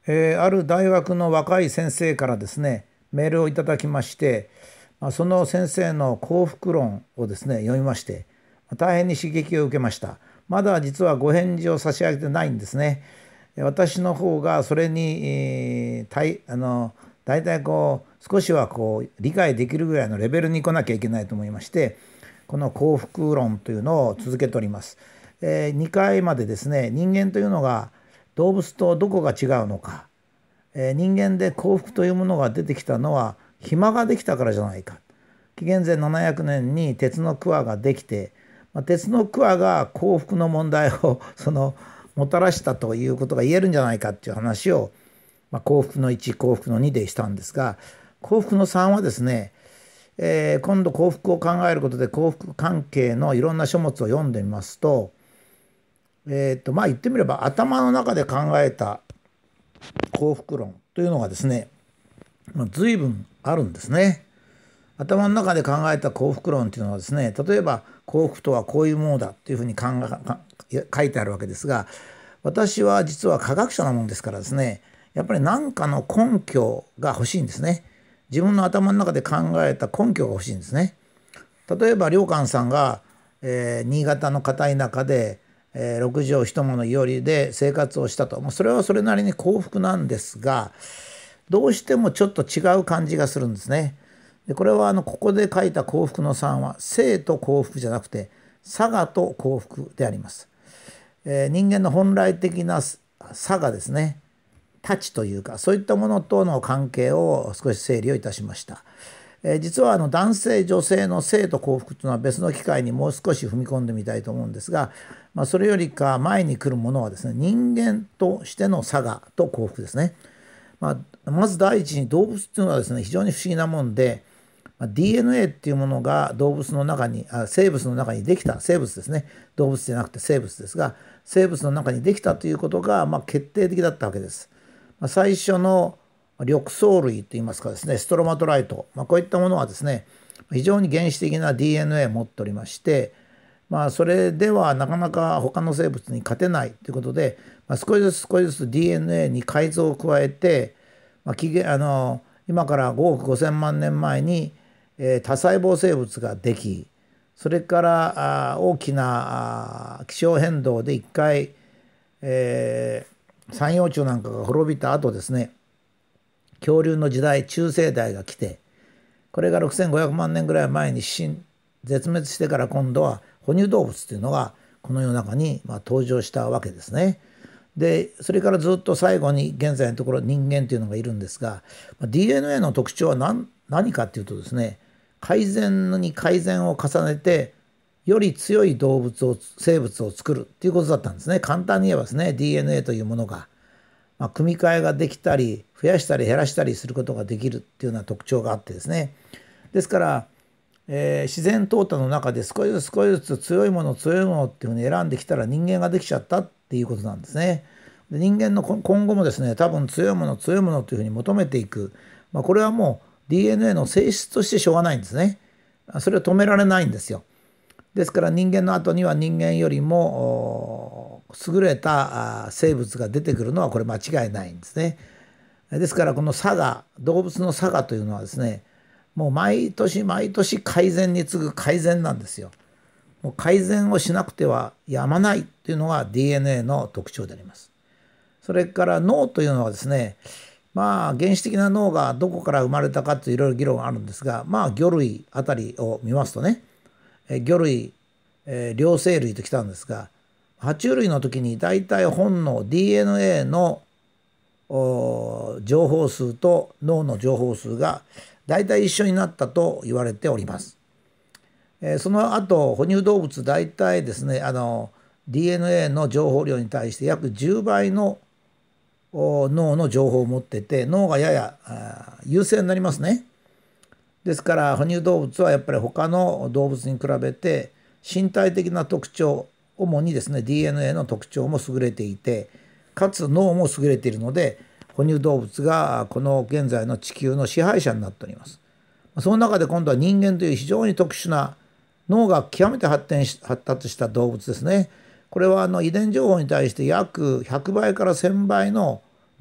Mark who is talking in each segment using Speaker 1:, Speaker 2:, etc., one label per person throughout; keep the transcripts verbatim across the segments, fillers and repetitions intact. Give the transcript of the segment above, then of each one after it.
Speaker 1: えーある大学の若い先生からですね、メールをいただきまして、まあ、その先生の幸福論をですね、読みまして、まあ大変に刺激を受けました。まだ実はご返事を差し上げてないんですね。えー私の方がそれに、えーたいあの大体こう少しはこう理解できるぐらいのレベルに来なきゃいけないと思いまして、この幸福論というのを続けております。えーにかいまでですね、人間というのが動物とどこが違うのか、えー人間で幸福というものが出てきたのは暇ができたからじゃないか。紀元前ななひゃくねんに鉄の桑ができて、まあ、鉄の桑が幸福の問題をそのもたらしたということが言えるんじゃないかっていう話を、まあ、幸福のいち幸福のにでしたんですが、幸福のさんはですね、えー今度幸福を考えることで幸福関係のいろんな書物を読んでみますと、えーとまあ言ってみれば頭の中で考えた幸福論というのがですね、まあ、随分あるんですね。頭の中で考えた幸福論というのはですね、例えば幸福とはこういうものだというふうに考え書いてあるわけですが、私は実は科学者なもんですからですね、やっぱり何かの根拠が欲しいんですね。自分の頭の中で考えた根拠が欲しいんですね。例えば良寛さんが、えー新潟の片田舎で、えー、ろく畳一間の家で生活をしたと、まあ、それはそれなりに幸福なんですが、どうしてもちょっと違う感じがするんですね。でこれはあのここで書いた幸福のさんは生と幸福じゃなくて差がと幸福であります。えー人間の本来的な差がですね、タチというかそういったものとの関係を少し整理をいたしました。えー実はあの男性女性の性と幸福というのは別の機会にもう少し踏み込んでみたいと思うんですが、まあ、それよりか前に来るものはですね、人間としての差がと幸福ですね。まあ、まず第一に動物っていうのはですね非常に不思議なもんで、まあ ディーエヌエー っていうものが動物の中にあ生物の中にできた生物ですね、動物じゃなくて生物ですが生物の中にできたということが、まあ、決定的だったわけです。まあ、最初の緑藻類といいますかですね、ストロマトライト、まあ、こういったものはですね非常に原始的な ディーエヌエー を持っておりまして、まあ、それではなかなか他の生物に勝てないということで、まあ、少しずつ少しずつ ディーエヌエー に改造を加えて、まあ、紀元あの今からごおくごせんまん年前に、えー多細胞生物ができ、それからあ大きなあ気象変動で一回、えー三葉虫なんかが滅びた後ですね、恐竜の時代中生代が来て、これがろくせんごひゃくまん年ぐらい前に新絶滅してから今度は哺乳動物というのがこの世の中にまあ登場したわけですね。でそれからずっと最後に現在のところ人間というのがいるんですが、 ディーエヌエー の特徴は何何かっていうとですね、改善に改善を重ねてより強い動物を生物を作るっていうことだったんですね。簡単に言えばですね、 ディーエヌエー というものが、まあ、組み換えができたり増やしたり減らしたりすることができるっていうような特徴があってですね、ですから、えー自然淘汰の中で少しずつ少しずつ強いもの強いものっていうふうに選んできたら人間ができちゃったっていうことなんですね。で人間のこ今後もですね多分強いもの強いものというふうに求めていく、まあ、これはもう ディーエヌエー の性質としてしょうがないんですね。それを止められないんですよ。ですから人間の後には人間よりもお優れたあ生物が出てくるのはこれ間違いないんですね。ですからこの差が動物の差がというのはですね、もう毎年毎年改善に次ぐ改善なんですよ。もう改善をしなくてはやまないというのが ディーエヌエー の特徴であります。それから脳というのはですね、まあ原始的な脳がどこから生まれたかといういろいろ議論があるんですが、まあ魚類あたりを見ますとね、え魚類、えー両生類ときたんですが、爬虫類の時に大体本能 ディーエヌエー のお情報数と脳の情報数が大体一緒になったと言われております。えーその後哺乳動物大体ですね、あの ディーエヌエー の情報量に対して約じゅうばいのお脳の情報を持ってて、脳がややあー優勢になりますね。ですから哺乳動物はやっぱり他の動物に比べて身体的な特徴、主にですね ディーエヌエー の特徴も優れていて、かつ脳も優れているので哺乳動物がこの現在の地球の支配者になっております。その中で今度は人間という非常に特殊な脳が極めて発展し発達した動物ですね。これはあの遺伝情報に対して約ひゃくばいからせんばいの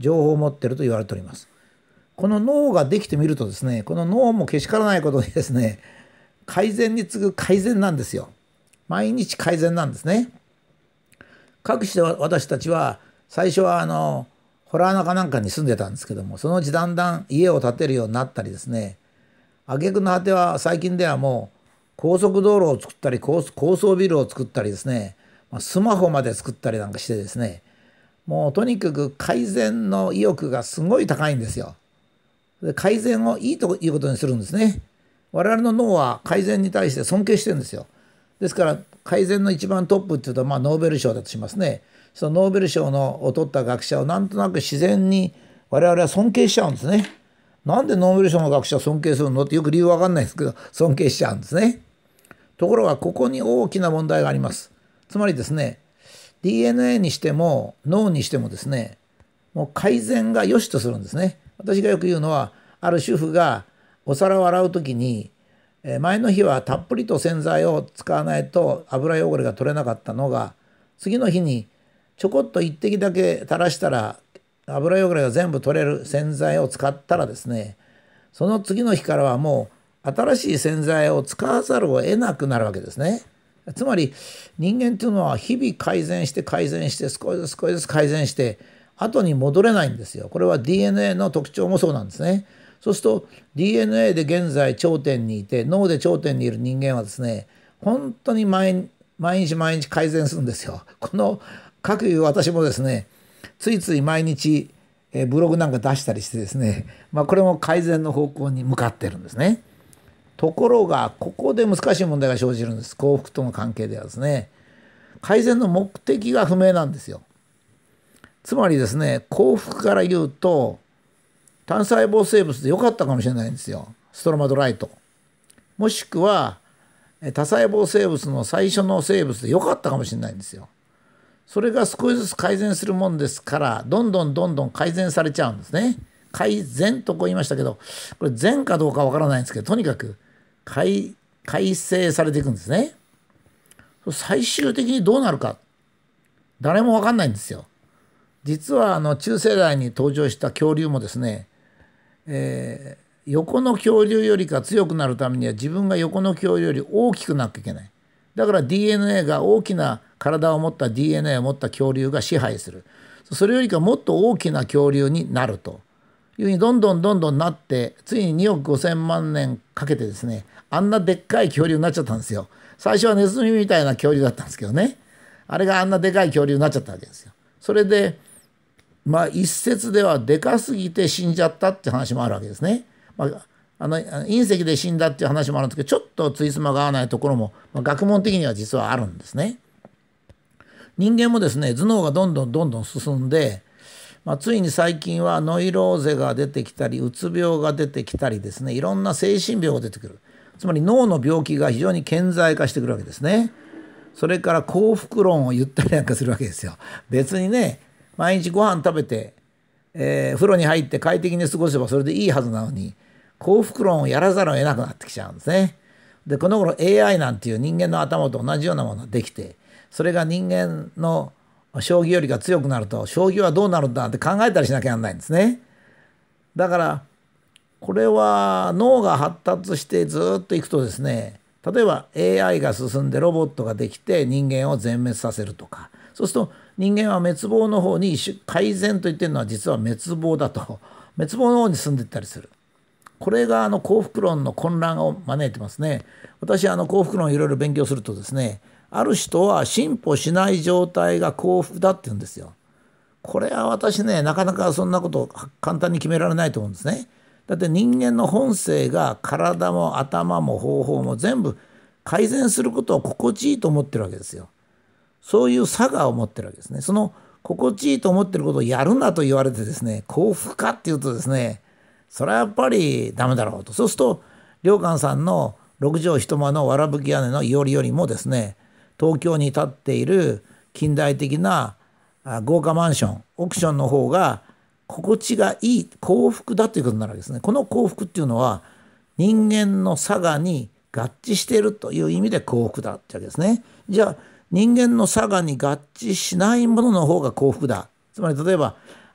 Speaker 1: 情報を持っていると言われております。この脳ができてみるとですね、この脳もけしからないことにですね、改善に次ぐ改善なんですよ。毎日改善なんですね。かくして私たちは最初はあの洞穴かなんかに住んでたんですけども、そのうちだんだん家を建てるようになったりですね、挙句の果ては最近ではもう高速道路を作ったり高層ビルを作ったりですね、スマホまで作ったりなんかしてですね、もうとにかく改善の意欲がすごい高いんですよ。で改善をいいということにするんですね。我々の脳は改善に対して尊敬してるんですよ。ですから改善の一番トップっていうと、まあ、ノーベル賞だとしますね。そのノーベル賞のを取った学者をなんとなく自然に我々は尊敬しちゃうんですね。なんでノーベル賞の学者を尊敬するのってよく理由わかんないですけど、尊敬しちゃうんですね。ところがここに大きな問題があります。つまりですね、ディーエヌエー にしても脳にしてもですね、もう改善が良しとするんですね。私がよく言うのは、ある主婦がお皿を洗うときに、前の日はたっぷりと洗剤を使わないと油汚れが取れなかったのが、次の日にちょこっと一滴だけ垂らしたら油汚れが全部取れる洗剤を使ったらですね、その次の日からはもう新しい洗剤を使わざるを得なくなるわけですね。つまり人間というのは日々改善して改善して少しずつ少しずつ改善して後に戻れないんですよ。これは ディーエヌエー の特徴もそうなんですね。そうすると ディーエヌエー で現在頂点にいて脳で頂点にいる人間はですね、本当に毎毎日毎日改善するんですよ。この各いう私もですね、ついつい毎日ブログなんか出したりしてですね、まあ、これも改善の方向に向かってるんですね。ところがここで難しい問題が生じるんです。幸福との関係ではですね、改善の目的が不明なんですよ。つまりですね、幸福から言うと単細胞生物で良かったかもしれないんですよ。ストロマトライト。もしくは多細胞生物の最初の生物で良かったかもしれないんですよ。それが少しずつ改善するもんですから、どんどんどんどん改善されちゃうんですね。改善とこう言いましたけど、これ善かどうかわからないんですけど、とにかく改改正されていくんですね。最終的にどうなるか誰もわかんないんですよ。実はあの中生代に登場した恐竜もですね、えー、横の恐竜よりか強くなるためには自分が横の恐竜より大きくなきゃいけない。だから ディーエヌエー が大きな体を持った ディーエヌエー を持った恐竜が支配する。それよりかもっと大きな恐竜になるというふうにどんどんどんどんなって、ついににおくごせんまんねんかけてですね、あんなでっかい恐竜になっちゃったんですよ。最初はネズミみたいな恐竜だったんですけどね、あれがあんなでかい恐竜になっちゃったわけですよ。それでまあ一説ではでかすぎて死んじゃったって話もあるわけですね。まああの隕石で死んだっていう話もあるんですけど、ちょっとついつまが合わないところも、まあ、学問的には実はあるんですね。人間もですね、頭脳がどんどんどんどん進んで、まあ、ついに最近はノイローゼが出てきたり、うつ病が出てきたりですね、いろんな精神病が出てくる。つまり脳の病気が非常に顕在化してくるわけですね。それから幸福論を言ったりなんかするわけですよ。別にね、毎日ご飯食べて、えー、風呂に入って快適に過ごせばそれでいいはずなのに、幸福論をやらざるを得なくなってきちゃうんですね。でこの頃 エーアイ なんていう人間の頭と同じようなものができて、それが人間の将棋よりが強くなると、将棋はどうなるんだって考えたりしなきゃならないんですね。だからこれは脳が発達してずっといくとですね、例えば エーアイ が進んでロボットができて人間を全滅させるとか、そうすると人間は滅亡の方に、改善と言ってるのは実は滅亡だと、滅亡の方に進んでいったりする。これがあの幸福論の混乱を招いてますね。私はあの幸福論をいろいろ勉強するとですね、ある人は進歩しない状態が幸福だって言うんですよ。これは私ね、なかなかそんなことを簡単に決められないと思うんですね。だって人間の本性が体も頭も方法も全部改善することを心地いいと思ってるわけですよ。そういう差がを持ってるわけですね。その心地いいと思ってることをやるなと言われてですね、幸福かっていうとですね、それはやっぱりダメだろうと。そうすると良寛さんのろくじょう一間のわらぶき屋根のいおりよりもですね、東京に建っている近代的な豪華マンション、オークションの方が心地がいい、幸福だということになるわけですね。この幸福っていうのは人間の差がに合致しているという意味で幸福だってわけですね。じゃあ人間の差がに合致しないものの方が幸福だ。つまり例えば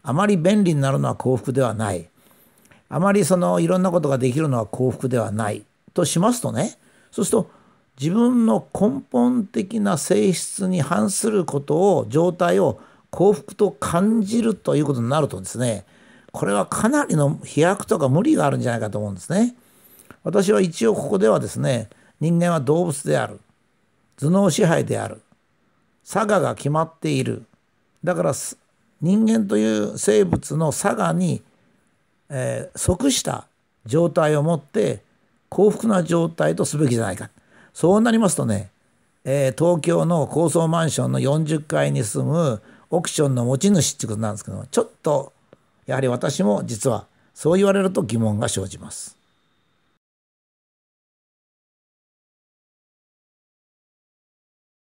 Speaker 1: あまり便利になるのは幸福ではない。あまりそのいろんなことができるのは幸福ではないとしますとね、そうすると自分の根本的な性質に反することを、状態を幸福と感じるということになるとですね、これはかなりの飛躍とか無理があるんじゃないかと思うんですね。私は一応ここではですね、人間は動物である、頭脳支配である、差がが決まっている、だから人間という生物の差がに、えー、即した状態を持って幸福な状態とすべきじゃないか。そうなりますとね、えー、東京の高層マンションのよんじゅっかいに住むオクションの持ち主っていうことなんですけども、ちょっとやはり私も実はそう言われると疑問が生じます。